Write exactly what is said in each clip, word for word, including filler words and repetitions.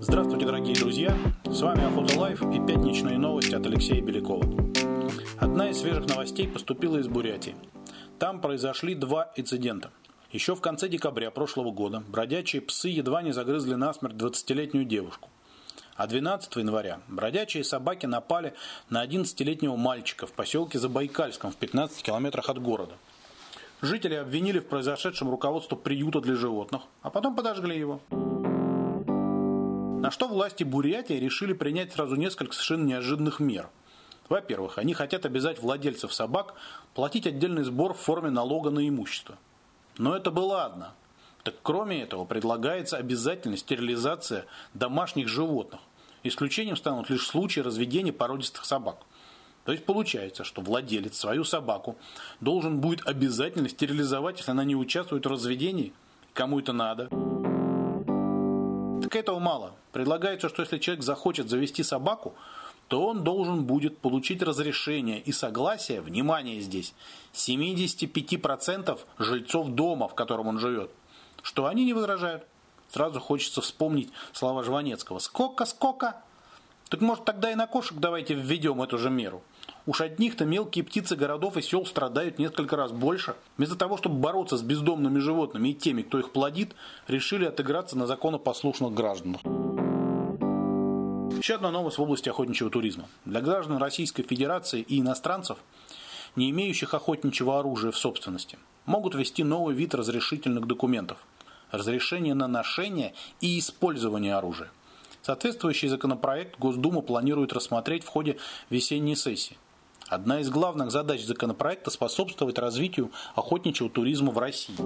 Здравствуйте, дорогие друзья! С вами Охота Лайф и пятничные новости от Алексея Белякова. Одна из свежих новостей поступила из Бурятии. Там произошли два инцидента. Еще в конце декабря прошлого года бродячие псы едва не загрызли насмерть двадцатилетнюю девушку. А двенадцатого января бродячие собаки напали на одиннадцатилетнего мальчика в поселке Забайкальском в пятнадцати километрах от города. Жители обвинили в произошедшем руководство приюта для животных, а потом подожгли его. На что власти Бурятии решили принять сразу несколько совершенно неожиданных мер. Во-первых, они хотят обязать владельцев собак платить отдельный сбор в форме налога на имущество. Но это бы ладно. Так кроме этого предлагается обязательная стерилизация домашних животных. Исключением станут лишь случаи разведения породистых собак. То есть получается, что владелец свою собаку должен будет обязательно стерилизовать, если она не участвует в разведении. Кому это надо? Так этого мало. Предлагается, что если человек захочет завести собаку, то он должен будет получить разрешение и согласие, внимание здесь, семьдесят пять процентов жильцов дома, в котором он живет. Что они не возражают. Сразу хочется вспомнить слова Жванецкого. «Скока, скока!» Так может тогда и на кошек давайте введем эту же меру. Уж одних-то мелкие птицы городов и сел страдают несколько раз больше. Вместо того, чтобы бороться с бездомными животными и теми, кто их плодит, решили отыграться на законопослушных гражданах. Еще одна новость в области охотничьего туризма. Для граждан Российской Федерации и иностранцев, не имеющих охотничьего оружия в собственности, могут ввести новый вид разрешительных документов – разрешение на ношение и использование оружия. Соответствующий законопроект Госдума планирует рассмотреть в ходе весенней сессии. Одна из главных задач законопроекта – способствовать развитию охотничьего туризма в России.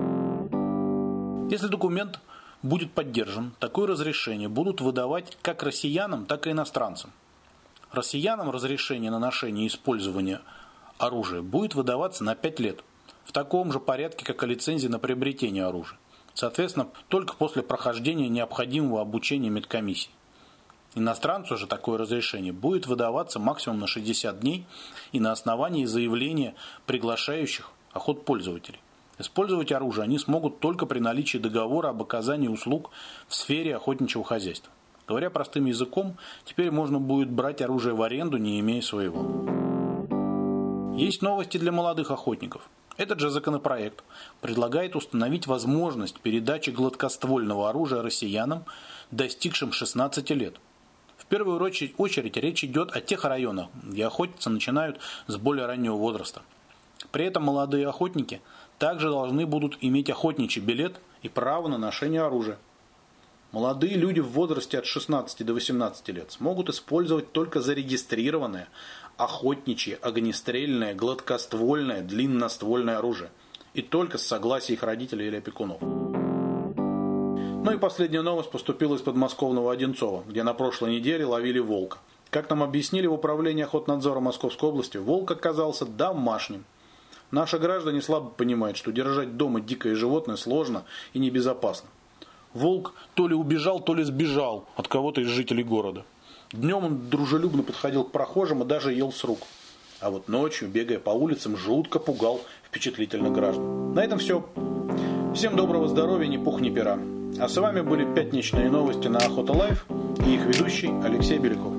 Если документ будет поддержан, такое разрешение будут выдавать как россиянам, так и иностранцам. Россиянам разрешение на ношение и использование оружия будет выдаваться на пять лет, в таком же порядке, как и лицензия на приобретение оружия. Соответственно, только после прохождения необходимого обучения медкомиссии. Иностранцу же такое разрешение будет выдаваться максимум на шестьдесят дней и на основании заявления приглашающих охотпользователей. Использовать оружие они смогут только при наличии договора об оказании услуг в сфере охотничьего хозяйства. Говоря простым языком, теперь можно будет брать оружие в аренду, не имея своего. Есть новости для молодых охотников. Этот же законопроект предлагает установить возможность передачи гладкоствольного оружия россиянам, достигшим шестнадцати лет. В первую очередь речь идет о тех районах, где охотиться начинают с более раннего возраста. При этом молодые охотники также должны будут иметь охотничий билет и право на ношение оружия. Молодые люди в возрасте от шестнадцати до восемнадцати лет смогут использовать только зарегистрированное охотничье, огнестрельное, гладкоствольное, длинноствольное оружие. И только с согласия их родителей или опекунов. Ну и последняя новость поступила из подмосковного Одинцова, где на прошлой неделе ловили волка. Как нам объяснили в управлении охотнадзора Московской области, волк оказался домашним. Наши граждане слабо понимают, что держать дома дикое животное сложно и небезопасно. Волк то ли убежал, то ли сбежал от кого-то из жителей города. Днем он дружелюбно подходил к прохожим и даже ел с рук. А вот ночью, бегая по улицам, жутко пугал впечатлительных граждан. На этом все. Всем доброго здоровья, ни пух, ни пера. А с вами были пятничные новости на Охота Лайф и их ведущий Алексей Беляков.